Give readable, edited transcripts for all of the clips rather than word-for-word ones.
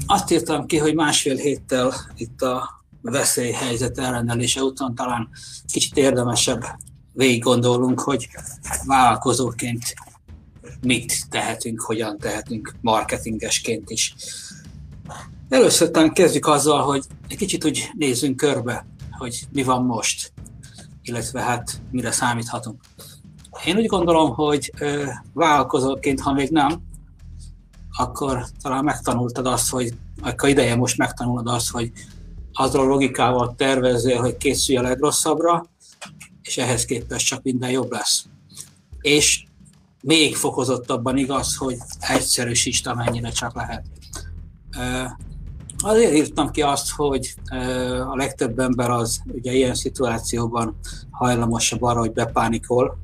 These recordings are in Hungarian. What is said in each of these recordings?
Azt írtam ki, hogy másfél héttel itt a veszélyhelyzet elrendelése után talán kicsit érdemesebb végig gondolunk, hogy vállalkozóként mit tehetünk, hogyan tehetünk marketingesként is. Először talán kezdjük azzal, hogy egy kicsit úgy nézzünk körbe, hogy mi van most, illetve hát mire számíthatunk. Én úgy gondolom, hogy vállalkozóként, ha még nem, akkor talán megtanultad azt, hogy akkor ideje most megtanulod azt, hogy azzal a logikával tervezzél, hogy készülj a legrosszabbra, és ehhez képest csak minden jobb lesz. És még fokozottabban igaz, hogy egyszerűsítsd, amennyire csak lehet. Azért írtam ki azt, hogy a legtöbb ember az ugye ilyen szituációban hajlamosabb arra, hogy bepánikol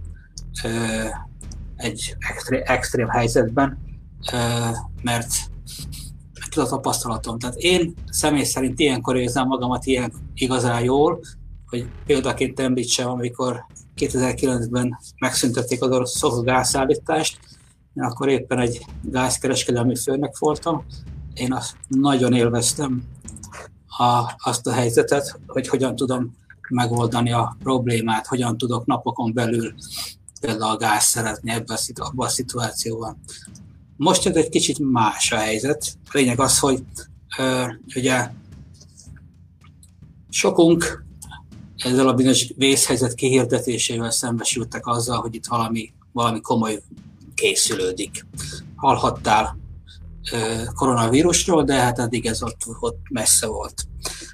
egy extrém helyzetben, mert ez a tapasztalatom. Tehát én személy szerint ilyenkor érzem magamat ilyen igazán jól, hogy példaként említsem, amikor 2009-ben megszüntették az orosz gázszállítást, én akkor éppen egy gázkereskedelmi főnök voltam. Én azt nagyon élveztem azt a helyzetet, hogy hogyan tudom megoldani a problémát, hogyan tudok napokon belül például a gáz szeretni ebben a szituációban. Most ez egy kicsit más a helyzet. A lényeg az, hogy ugye sokunk ezzel a bizonyos vészhelyzet kihirdetésével szembesültek azzal, hogy itt valami komoly készülődik. Hallhattál koronavírusról, de hát eddig ez ott messze volt.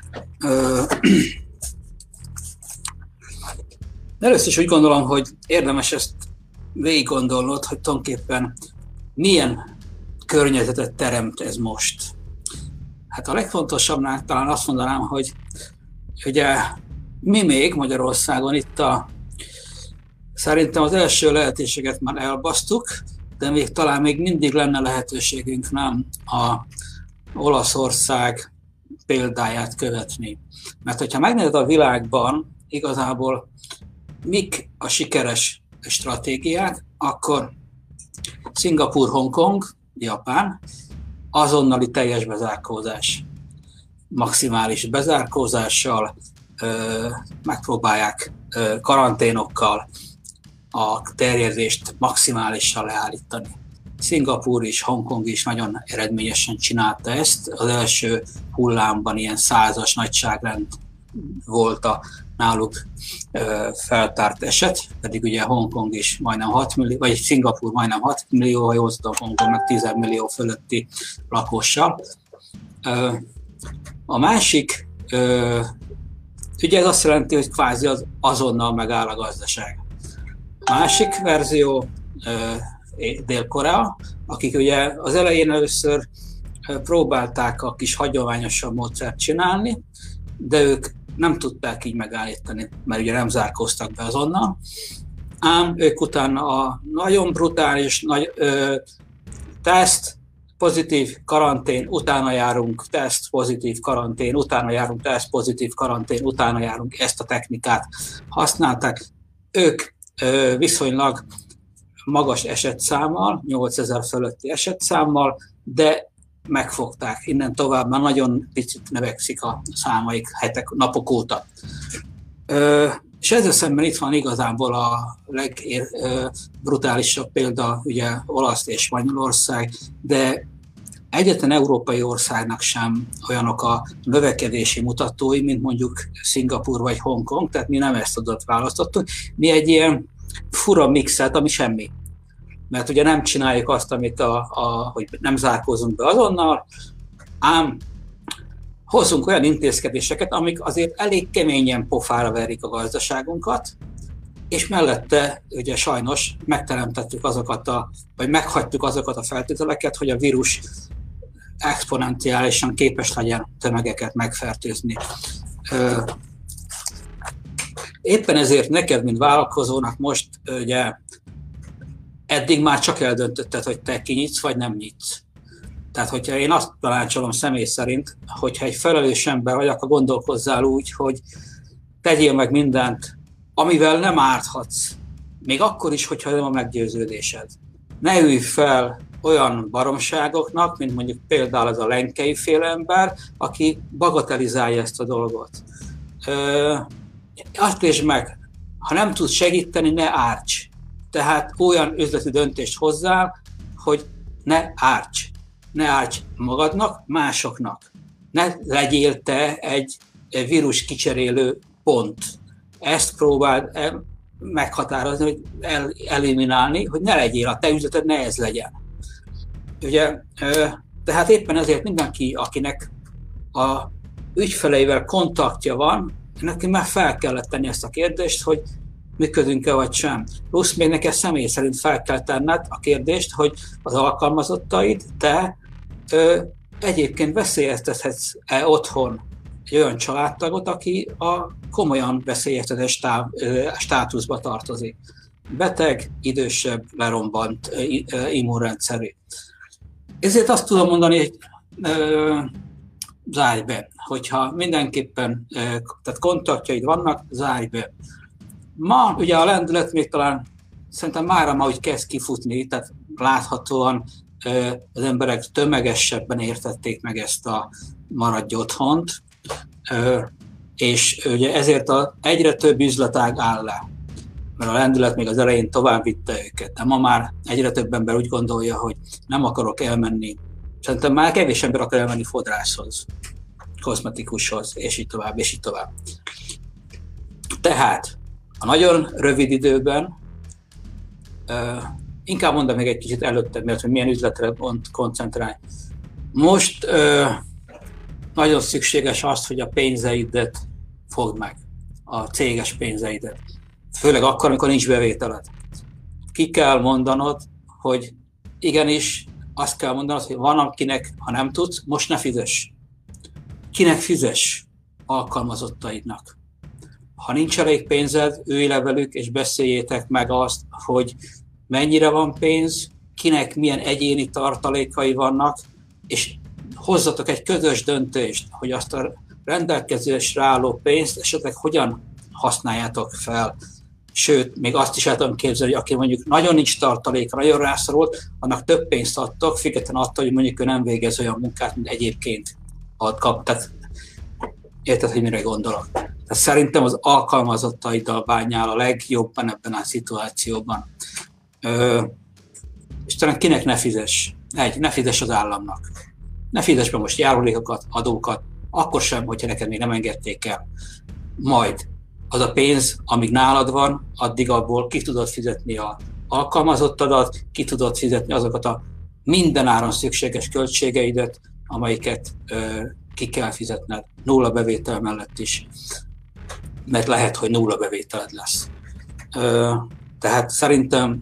Először is úgy gondolom, hogy érdemes ezt végig gondolnod, hogy tulajdonképpen milyen környezetet teremt ez most. Hát a legfontosabbnál talán azt mondanám, hogy ugye mi még Magyarországon itt szerintem az első lehetőséget már elbasztuk, de talán még mindig lenne lehetőségünk nem a Olaszország példáját követni. Mert hogyha megnézed a világban igazából mik a sikeres stratégiák, akkor Szingapúr, Hongkong, Japán, azonnali teljes bezárkózás. Maximális bezárkózással megpróbálják karanténokkal a terjedést maximálisan leállítani. Szingapúr és Hongkong is nagyon eredményesen csinálta ezt. Az első hullámban ilyen 100-as nagyságrend volt a náluk feltárt eset, pedig ugye Hongkong is majdnem 6 millió, vagy Szingapúr majdnem 6 millió, ha jól tudom, Hongkong meg 10 millió fölötti lakossal. A másik, ugye ez azt jelenti, hogy kvázi az azonnal megáll a gazdaság. A másik verzió Dél-Korea, akik ugye az elején először próbálták a kis hagyományosabb módszert csinálni, de ők nem tudták így megállítani, mert ugye nem zárkóztak be azonnal. Ám ők utána a nagyon brutális teszt, pozitív karantén, utána járunk, teszt, pozitív karantén, utána járunk, teszt, pozitív karantén, utána járunk, ezt a technikát használták. Ők viszonylag magas esetszámmal, 8000 fölötti esetszámmal, de megfogták. Innen tovább már nagyon picit növekszik a számaik napok óta. És ezzel szemben itt van igazából a legbrutálisabb példa, ugye Olasz és Spanyolország, de egyetlen európai országnak sem olyanok a növekedési mutatói, mint mondjuk Szingapúr vagy Hongkong, tehát mi nem ezt adott választottuk. Mi egy ilyen fura mixet, ami semmi. Mert ugye nem csináljuk azt, amit hogy nem zárkózunk be azonnal, ám hozzunk olyan intézkedéseket, amik azért elég keményen pofára verik a gazdaságunkat, és mellette ugye sajnos megteremtettük vagy meghagytuk azokat a feltételeket, hogy a vírus exponenciálisan képes legyen tömegeket megfertőzni. Éppen ezért neked, mint vállalkozónak most ugye eddig már csak eldöntötted, hogy te kinyitsz, vagy nem nyitsz. Tehát, hogyha én azt tanácsolom személy szerint, hogyha egy felelős ember vagy, akkor gondolkozzál úgy, hogy tegyél meg mindent, amivel nem árthatsz. Még akkor is, hogyha nem a meggyőződésed. ne ülj fel olyan baromságoknak, mint mondjuk például az a Lenkei féle ember, aki bagatelizálja ezt a dolgot. Azt értsd meg, ha nem tudsz segíteni, ne árts. Tehát olyan üzleti döntést hozzál, hogy ne árts. Ne árts magadnak, másoknak. Ne legyél te egy vírus kicserélő pont. Ezt próbáld meghatározni, hogy eliminálni, hogy ne legyél, a te üzleted ne ez legyen. Ugye, tehát éppen ezért mindenki, akinek a ügyfeleivel kontaktja van, neki már fel kellett tenni ezt a kérdést, hogy működünk-e vagy sem. Plusz még neked személy szerint fel kell tenned a kérdést, hogy az alkalmazottaid, te egyébként veszélyeztethetsz-e otthon egy olyan családtagot, aki a komolyan veszélyeztetett státuszba tartozik. Beteg, idősebb, lerombant immunrendszerű. Ezért azt tudom mondani, hogy zárj be, hogyha mindenképpen tehát kontaktjaid vannak, zárj be. Ma ugye a lendület még talán szerintem mára úgy kezd kifutni, tehát láthatóan az emberek tömegesebben értették meg ezt a maradj otthont, és ugye ezért egyre több üzletág áll le, mert a lendület még az elején tovább vitte őket. De ma már egyre több ember úgy gondolja, hogy nem akarok elmenni. Szerintem már kevés ember akar elmenni fodrászhoz, kozmetikushoz, és így tovább, és így tovább. Tehát a nagyon rövid időben, inkább mondom még egy kicsit előtte, mert hogy milyen üzletre koncentrálj. Most nagyon szükséges az, hogy a pénzeidet fogd meg, a céges pénzeidet. Főleg akkor, amikor nincs bevételed. Ki kell mondanod, hogy igenis, azt kell mondanod, hogy van akinek, ha nem tudsz, most ne fizess. Kinek fizess? Alkalmazottaidnak. Ha nincs elég pénzed, ülj le velük és beszéljétek meg azt, hogy mennyire van pénz, kinek milyen egyéni tartalékai vannak, és hozzatok egy közös döntést, hogy azt a rendelkezésre álló pénzt esetleg hogyan használjátok fel. Sőt, még azt is el tudom képzelni, hogy aki mondjuk nagyon nincs tartaléka, nagyon rászorult, annak több pénzt adtok, függetlenül attól, hogy mondjuk ő nem végez olyan munkát, mint egyébként kap. Tehát érted, hogy mire gondolok? Tehát szerintem az alkalmazottaiddal bánjál a legjobban ebben a szituációban. És talán kinek ne fizess? Ne fizess az államnak. Ne fizess be most járulékokat, adókat, akkor sem, hogyha neked még nem engedték el. Majd az a pénz, amíg nálad van, addig abból ki tudod fizetni az alkalmazottadat, ki tudod fizetni azokat a mindenáron szükséges költségeidet, amelyiket ki kell fizetned nulla bevétel mellett is, mert lehet, hogy nulla bevételed lesz. Tehát szerintem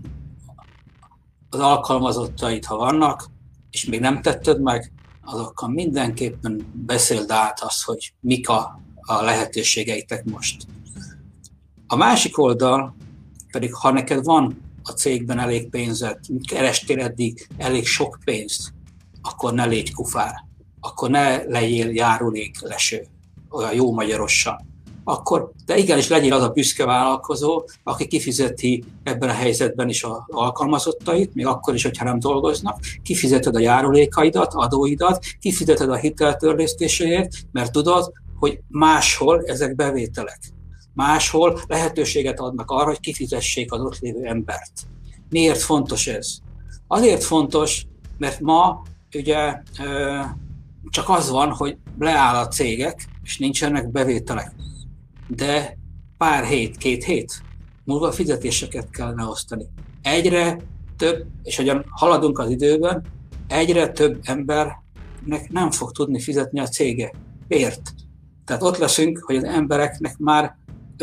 az alkalmazottaid, ha vannak, és még nem tetted meg, azokkal mindenképpen beszéld át azt, hogy mik a lehetőségeitek most. A másik oldal pedig, ha neked van a cégben elég pénzed, kerestél eddig elég sok pénzt, akkor ne légy kufár, akkor ne legyél járulékleső, olyan jó magyarosan. Akkor, de igenis legyél az a büszke vállalkozó, aki kifizeti ebben a helyzetben is az alkalmazottait, még akkor is, hogyha nem dolgoznak, kifizeted a járulékaidat, adóidat, kifizeted a hiteltörlesztéséért, mert tudod, hogy máshol ezek bevételek. Máshol lehetőséget adnak arra, hogy kifizessék az ott lévő embert. Miért fontos ez? Azért fontos, mert ma ugye csak az van, hogy leáll a cégek, és nincsenek bevételek. De pár hét, 2 hét múlva fizetéseket kellene osztani. Egyre több, és hogyan haladunk az időben, egyre több embernek nem fog tudni fizetni a cége. Miért? Tehát ott leszünk, hogy az embereknek már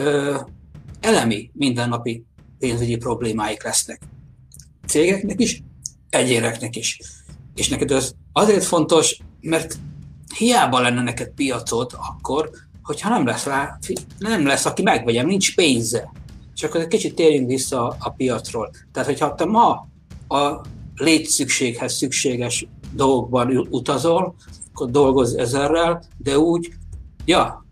elemi mindennapi pénzügyi problémáik lesznek. Cégeknek is, egyéneknek is. És neked ez azért fontos, mert hiába lenne neked piacod akkor, hogyha nem lesz, aki megvegye, nincs pénze. És akkor egy kicsit térjünk vissza a piacról. Tehát, hogyha te ma a létszükséghez szükséges dolgokban utazol, akkor dolgozz ezerrel, de úgy,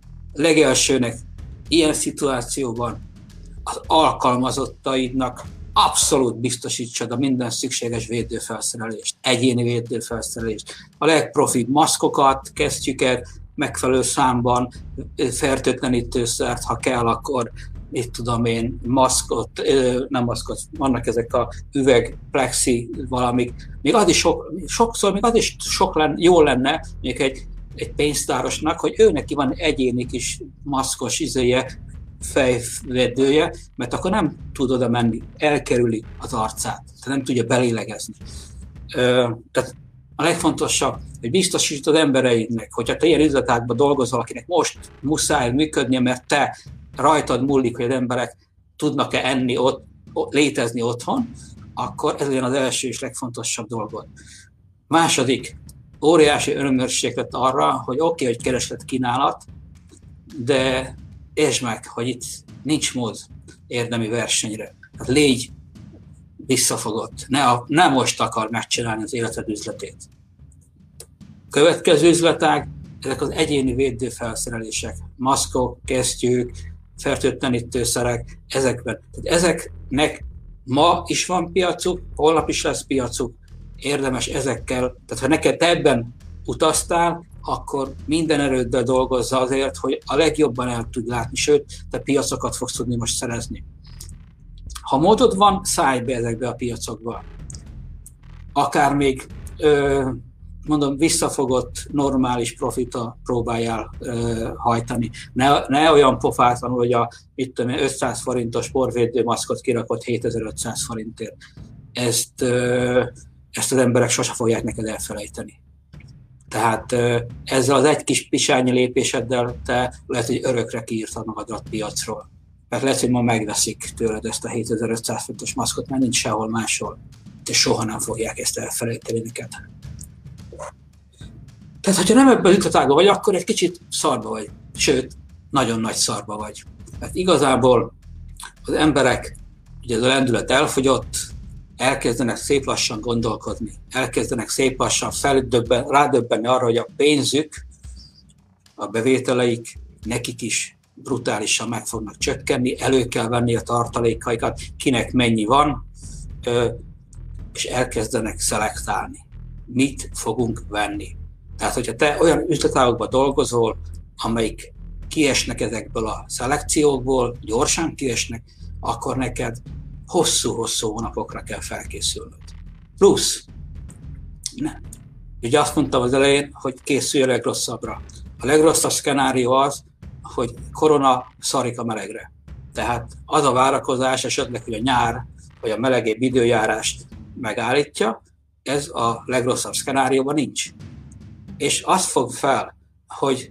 legelsőnek ilyen szituációban az alkalmazottaidnak abszolút biztosítsad a minden szükséges védőfelszerelést, egyéni védőfelszerelést, a legprofibb maszkokat, kesztyüket, megfelelő számban, fertőtlenítőszert, ha kell, akkor mit tudom én, maszkot, nem maszkot, vannak ezek a üveg, plexi valamik. Még az is sokszor, még az is jó lenne, mondjuk egy pénztárosnak, hogy ő neki van egyéni kis maszkos izéje, fejvédője, mert akkor nem tud oda menni, elkerüli az arcát, tehát nem tudja belélegezni. Tehát a legfontosabb, hogy biztosítsd az embereidnek, hogyha te ilyen üzletágban dolgozol, akinek most muszáj működnie, mert te rajtad múlik, hogy az emberek tudnak-e enni ott, létezni otthon, akkor ez legyen az első és legfontosabb dolgod. Második, óriási örömösség lett arra, hogy oké, hogy kereslet kínálat, de értsd meg, hogy itt nincs mód érdemi versenyre. Hát légy visszafogott. Ne most akar megcsinálni az életed üzletét. Következő üzletág, ezek az egyéni védőfelszerelések, maszkok, kesztyűk, fertőtlenítőszerek, ezekben. Tehát ezeknek ma is van piacuk, holnap is lesz piacuk, érdemes ezekkel, tehát ha neked te ebben utaztál, akkor minden erőddel dolgozza azért, hogy a legjobban el tud látni, sőt, te piacokat fogsz tudni most szerezni. Ha módod van, szállj be ezekbe a piacokba. Akár még, mondom, visszafogott, normális profita próbáljál hajtani. Ne olyan pofátlanul, hogy a 500 forintos porvédő maszkot kirakott 7500 forintért. Ezt az emberek sose fogják neked elfelejteni. Tehát ezzel az egy kis pisányi lépéseddel te lehet, hogy örökre kiírtad magadat piacról. Mert lehet, hogy ma megveszik tőled ezt a 7500 forintos maszkot, mert nincs sehol máshol. De soha nem fogják ezt elfelejteni neked. Tehát, hogyha nem ebben az üzletágban vagy, akkor egy kicsit szarba vagy. Sőt, nagyon nagy szarba vagy. Mert igazából az emberek, ugye ez a lendület elfogyott, elkezdenek szép lassan gondolkodni, elkezdenek szép lassan rádöbbenni arra, hogy a pénzük, a bevételeik nekik is brutálisan meg fognak csökkenni, elő kell venni a tartalékaikat, kinek mennyi van, és elkezdenek szelektálni. Mit fogunk venni? Tehát, hogyha te olyan üzletágokban dolgozol, amelyik kiesnek ezekből a szelekciókból, gyorsan kiesnek, akkor neked hosszú-hosszú hónapokra kell felkészülnöd. Plusz, nem. Ugye azt mondtam az elején, hogy készülj a legrosszabbra. A legrosszabb szkenárió az, hogy korona szarik a melegre. Tehát az a várakozás esetleg, hogy a nyár vagy a melegébb időjárást megállítja, ez a legrosszabb szkenárióban nincs. És azt fog fel, hogy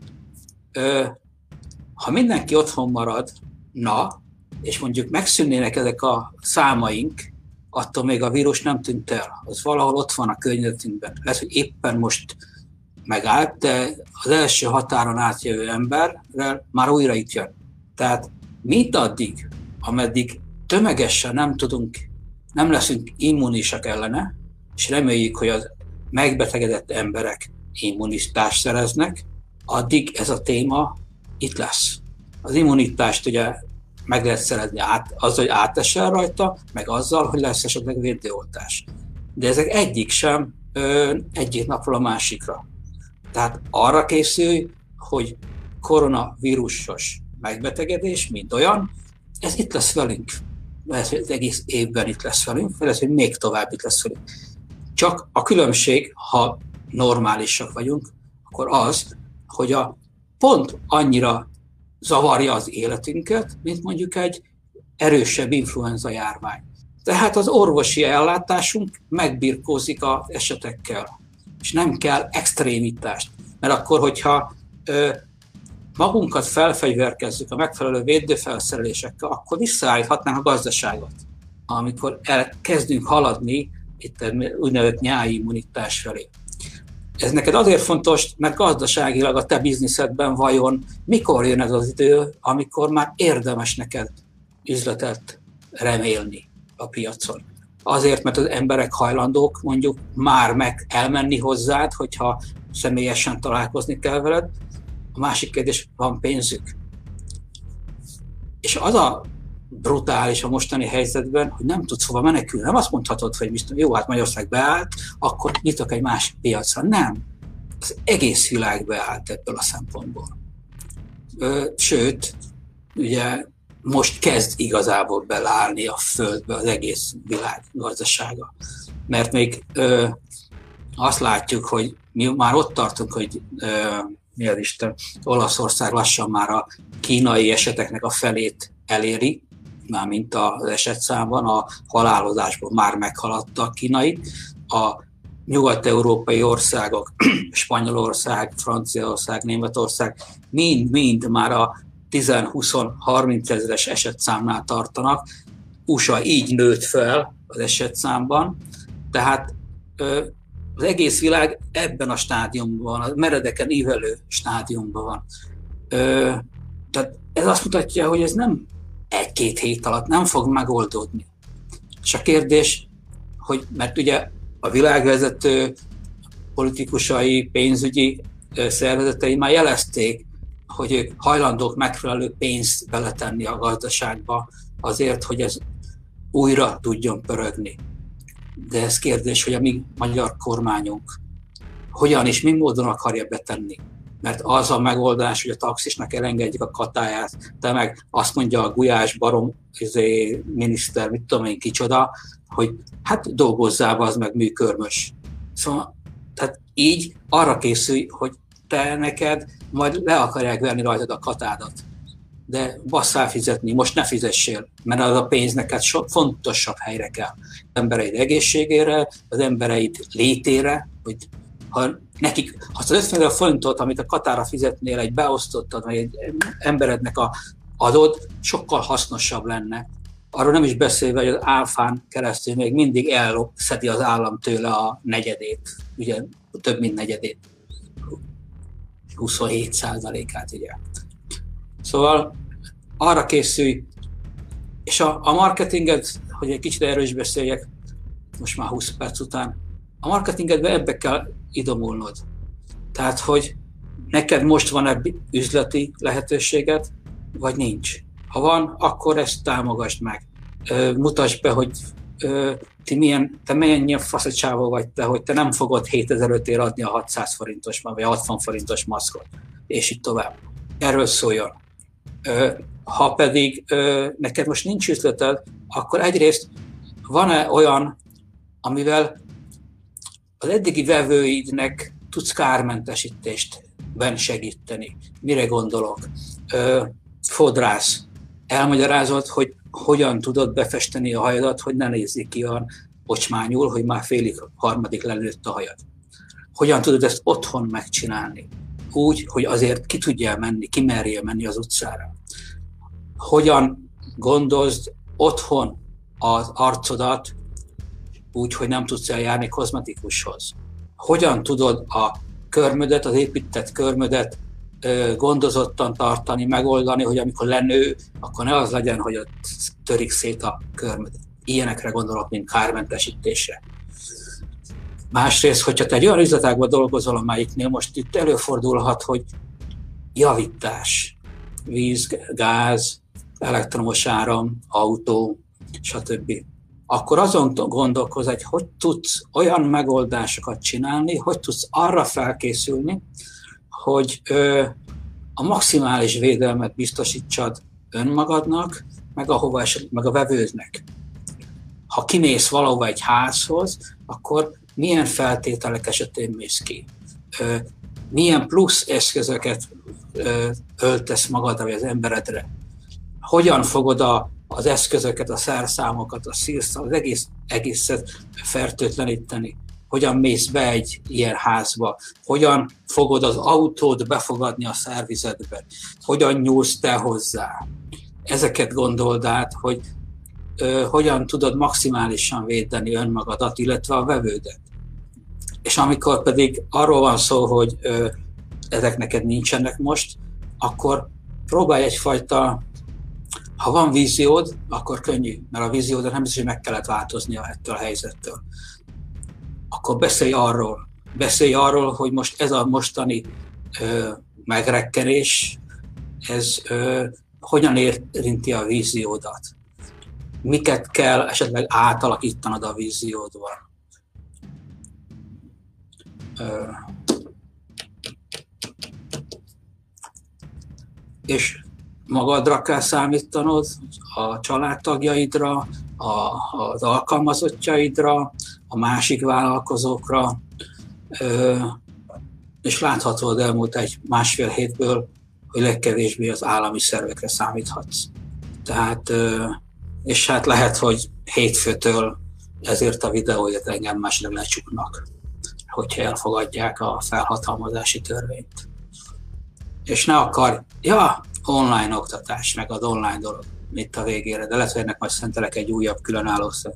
ha mindenki otthon marad, és mondjuk megszűnnének ezek a számaink, attól még a vírus nem tűnt el. Az valahol ott van a környezetünkben. Lehet, hogy éppen most megállt, de az első határon átjövő emberrel már újra itt jön. Tehát mindaddig, ameddig tömegesen nem leszünk immunisak ellene, és reméljük, hogy az megbetegedett emberek immunitást szereznek, addig ez a téma itt lesz. Az immunitást ugye meg lehet szerezni azzal, hogy átesel rajta, meg azzal, hogy lesz esetleg védőoltás. De ezek egyik sem egyik napról a másikra. Tehát arra készülj, hogy koronavírusos megbetegedés, mint olyan, ez itt lesz velünk. Lehet, hogy az egész évben itt lesz velünk, vagy lehet, hogy még tovább itt lesz velünk. Csak a különbség, ha normálisak vagyunk, akkor az, hogy pont annyira zavarja az életünket, mint mondjuk egy erősebb influenza járvány. Tehát az orvosi ellátásunk megbirkózik az esetekkel, és nem kell extrémitást. Mert akkor, hogyha magunkat felfegyverkezzük a megfelelő védőfelszerelésekkel, akkor visszaállíthatnánk a gazdaságot. Amikor elkezdünk haladni itt úgynevezett nyári immunitás felé. Ez neked azért fontos, mert gazdaságilag a te bizniszedben vajon mikor jön ez az idő, amikor már érdemes neked üzletet remélni a piacon. Azért, mert az emberek hajlandók mondjuk már elmenni hozzád, hogyha személyesen találkozni kell veled. A másik kérdés, van pénzük. És az a brutális a mostani helyzetben, hogy nem tudsz hova menekülni. Nem azt mondhatod, hogy jó, hát Magyarország beállt, akkor nyitok egy másik piacra. Nem. Az egész világ beállt ebből a szempontból. Sőt, ugye most kezd igazából beleállni a földbe az egész világ gazdasága. Mert még azt látjuk, hogy mi már ott tartunk, hogy mi az Isten, Olaszország lassan már a kínai eseteknek a felét eléri, mármint az esetszámban, a halálozásból már meghaladta a kínait. A nyugat-európai országok, Spanyolország, Franciaország, Németország mind már a 10-20-30 ezeres esetszámnál tartanak. USA így nőtt fel az esetszámban, tehát az egész világ ebben a stádiumban van, a meredeken ívelő stádiumban van. Tehát ez azt mutatja, hogy ez nem egy-két hét alatt nem fog megoldódni. És a kérdés, hogy mert ugye a világvezető politikusai, pénzügyi szervezetei már jelezték, hogy ők hajlandók megfelelő pénzt beletenni a gazdaságba azért, hogy ez újra tudjon pörögni. De ez kérdés, hogy a mi magyar kormányunk hogyan és mi módon akarja betenni. Mert az a megoldás, hogy a taxisnak elengedjük a katáját, de meg azt mondja a Gulyás barom miniszter, mit tudom én kicsoda, hogy hát dolgozzál, az meg műkörmös. Szóval, tehát így arra készülj, hogy te neked majd le akarják venni rajtad a katádat. De basszál fizetni, most ne fizessél, mert az a pénz neked fontosabb helyre kell. Az embereid egészségére, az embereid létére, hogy ha az 50 forintot, amit a katára fizetnél, egy beosztottad, vagy egy emberednek adod, sokkal hasznosabb lenne. Arról nem is beszélve, hogy az áfán keresztül még mindig elszedi az állam tőle a negyedét, ugye több mint negyedét, 27%-át, ugye. Szóval arra készülj, és a marketinget, hogy egy kicsit erről is beszéljek, most már 20 perc után, a marketingedbe ebbe kell idomulnod. Tehát, hogy neked most van-e üzleti lehetőséged, vagy nincs. Ha van, akkor ezt támogasd meg. Mutasd be, hogy te milyen faszacsávó vagy te, hogy te nem fogod 7500-ért adni a 600 forintos, vagy a 60 forintos maszkot, és így tovább. Erről szóljon. Ha pedig neked most nincs üzleted, akkor egyrészt van-e olyan, amivel az eddigi vevőidnek tudsz kármentesítésben segíteni. Mire gondolok? Fodrász. Elmagyarázod, hogy hogyan tudod befesteni a hajadat, hogy ne nézzék ki olyan ocsmányul, hogy már félig harmadik lelőtt a hajad. Hogyan tudod ezt otthon megcsinálni? Úgy, hogy azért ki tudjál menni, ki merjél menni az utcára. Hogyan gondozd otthon az arcodat, úgy, hogy nem tudsz eljárni kozmetikushoz. Hogyan tudod a körmödet, az épített körmödet gondozottan tartani, megoldani, hogy amikor lenő, akkor ne az legyen, hogy ott törik szét a körmöd. Ilyenekre gondolok, mint kármentesítésre. Másrészt, hogyha te egy olyan üzletágban dolgozol, amelyiknél most itt előfordulhat, hogy javítás, víz, gáz, elektromos áram, autó, stb. Akkor azon gondolkozz, hogy tudsz olyan megoldásokat csinálni, hogy tudsz arra felkészülni, hogy a maximális védelmet biztosítsad önmagadnak, meg a vevődnek. Ha kimész valahova egy házhoz, akkor milyen feltételek esetén mész ki? Milyen plusz eszközöket öltesz magadra vagy az emberedre? Hogyan fogod az eszközöket, a szerszámokat, a szírszal, az egészet fertőtleníteni? Hogyan mész be egy ilyen házba? Hogyan fogod az autót befogadni a szervizetbe? Hogyan nyúlsz te hozzá? Ezeket gondold át, hogy hogyan tudod maximálisan védeni önmagadat, illetve a vevődet. És amikor pedig arról van szó, hogy ezek neked nincsenek most, akkor próbálj egyfajta, ha van víziód, akkor könnyű, mert a víziódat nem biztos, hogy meg kellett változnia ettől a helyzettől. Akkor beszélj arról, hogy most ez a mostani megrekkenés, ez hogyan érinti a víziódat. miket kell esetleg átalakítanod a víziódban. És magadra kell számítanod, a családtagjaidra, az alkalmazottjaidra, a másik vállalkozókra, és látható az elmúlt másfél hétből, hogy legkevésbé az állami szervekre számíthatsz. Tehát, és hát lehet, hogy hétfőtől ezért a videóért engem másra lecsuknak, hogyha elfogadják a felhatalmazási törvényt. És ne akar, online oktatás, meg az online dolog, itt a végére, de lehet, hogy ennek majd szentelek egy újabb különálló szó.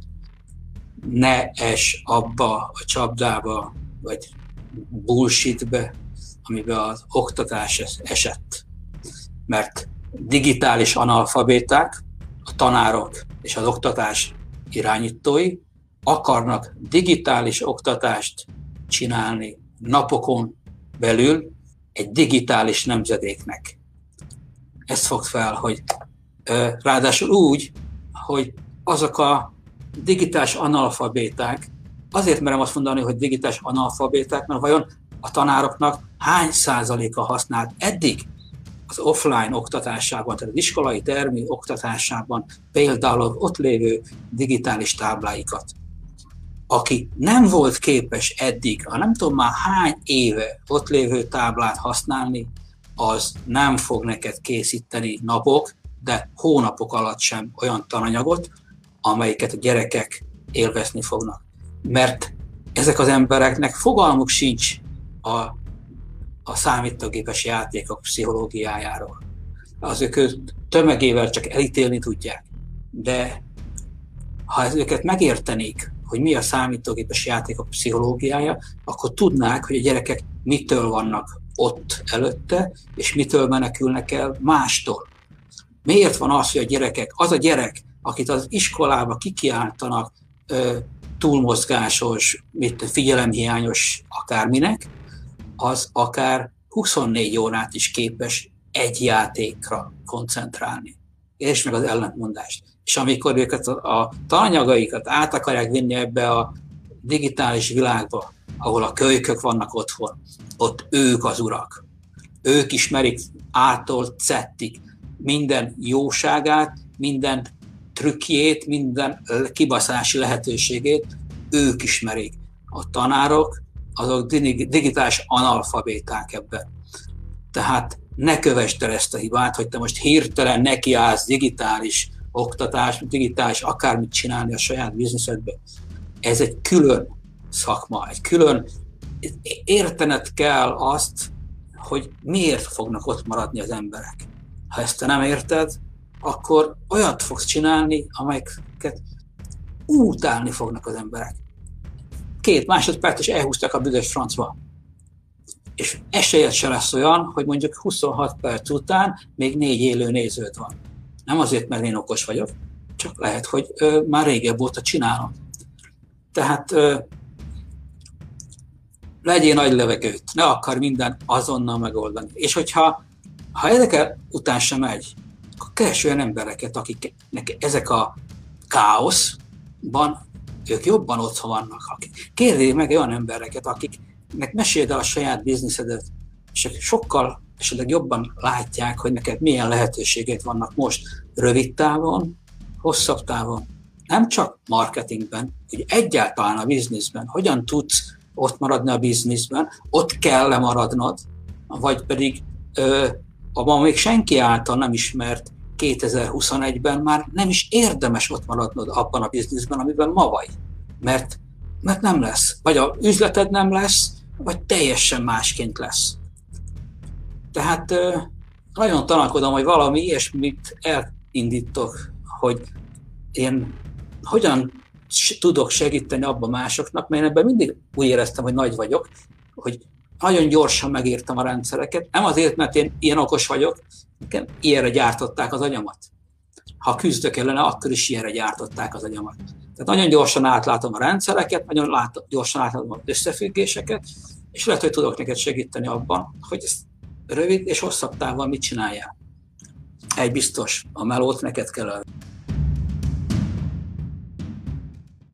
Ne es abba a csapdába, vagy bullshitbe, amiben az oktatás esett. Mert digitális analfabéták, a tanárok és az oktatás irányítói akarnak digitális oktatást csinálni napokon belül egy digitális nemzedéknek. Ezt fogd fel, hogy ráadásul úgy, hogy azok a digitális analfabéták, azért merem azt mondani, hogy digitális analfabéták, mert vajon a tanároknak hány százaléka használt eddig az offline oktatásában, tehát az iskolai termi oktatásában például ott lévő digitális tábláikat. Aki nem volt képes eddig, a nem tudom már hány éve ott lévő táblát használni, az nem fog neked készíteni napok, de hónapok alatt sem olyan tananyagot, amelyiket a gyerekek élvezni fognak. Mert ezek az embereknek fogalmuk sincs a számítógépes játékok pszichológiájáról. Az ők tömegével csak elítélni tudják, de ha őket megértenék, hogy mi a számítógépes játékok pszichológiája, akkor tudnák, hogy a gyerekek mitől vannak ott előtte, és mitől menekülnek el mástól. Miért van az, hogy a gyerekek, az a gyerek, akit az iskolába kikiáltanak túlmozgásos, figyelemhiányos akárminek, az akár 24 órát is képes egy játékra koncentrálni. És meg az ellentmondást. És amikor őket a tananyagaikat át akarják vinni ebbe a digitális világba, ahol a kölykök vannak otthon, ott ők az urak. Ők ismerik ától Z-ig minden jóságát, minden trükkjét, minden kibaszási lehetőségét, ők ismerik. A tanárok, azok digitális analfabéták ebben. Tehát ne kövesd el ezt a hibát, hogy te most hirtelen nekiállsz digitális oktatás, digitális akármit csinálni a saját bizniszedbe. Ez egy külön szakma, egy külön, értened kell azt, hogy miért fognak ott maradni az emberek. Ha ezt te nem érted, akkor olyat fogsz csinálni, amelyeket utálni fognak az emberek. 2 másodperc és elhúztak a büdös francba. És esélyed se lesz olyan, hogy mondjuk 26 perc után még 4 élő néződ van. Nem azért, mert én okos vagyok, csak lehet, hogy már régebb óta csinálom. Tehát legyél nagy levegőt, ne akar minden azonnal megoldani. És hogyha ezek után sem megy, akkor keres olyan embereket, akiknek ezek a káoszban ők jobban otthon vannak. Kérdél meg olyan embereket, akiknek meséld el a saját bizniszedet, és sokkal esetleg jobban látják, hogy neked milyen lehetőségek vannak most rövid távon, hosszabb távon. Nem csak marketingben, hogy egyáltalán a bizniszben, hogyan tudsz ott maradni a bizniszben, ott kell maradnod, vagy pedig abban még senki által nem ismert 2021-ben már nem is érdemes ott maradnod abban a bizniszben, amiben ma vagy. Mert nem lesz. Vagy az üzleted nem lesz, vagy teljesen másként lesz. Tehát nagyon tanakodom, hogy valami ilyesmit elindítok, hogy én hogyan tudok segíteni abban másoknak, mert én ebben mindig úgy éreztem, hogy nagy vagyok, hogy nagyon gyorsan megértem a rendszereket. Nem azért, mert én ilyen okos vagyok, nekem ilyenre gyártották az agyamat. Ha küzdök ellene, akkor is ilyenre gyártották az agyamat. Tehát nagyon gyorsan átlátom a rendszereket, nagyon gyorsan átlátom az összefüggéseket, és lehet, hogy tudok neked segíteni abban, hogy ezt rövid és hosszabb távon mit csináljál. Egy biztos, a melót neked kell ölni.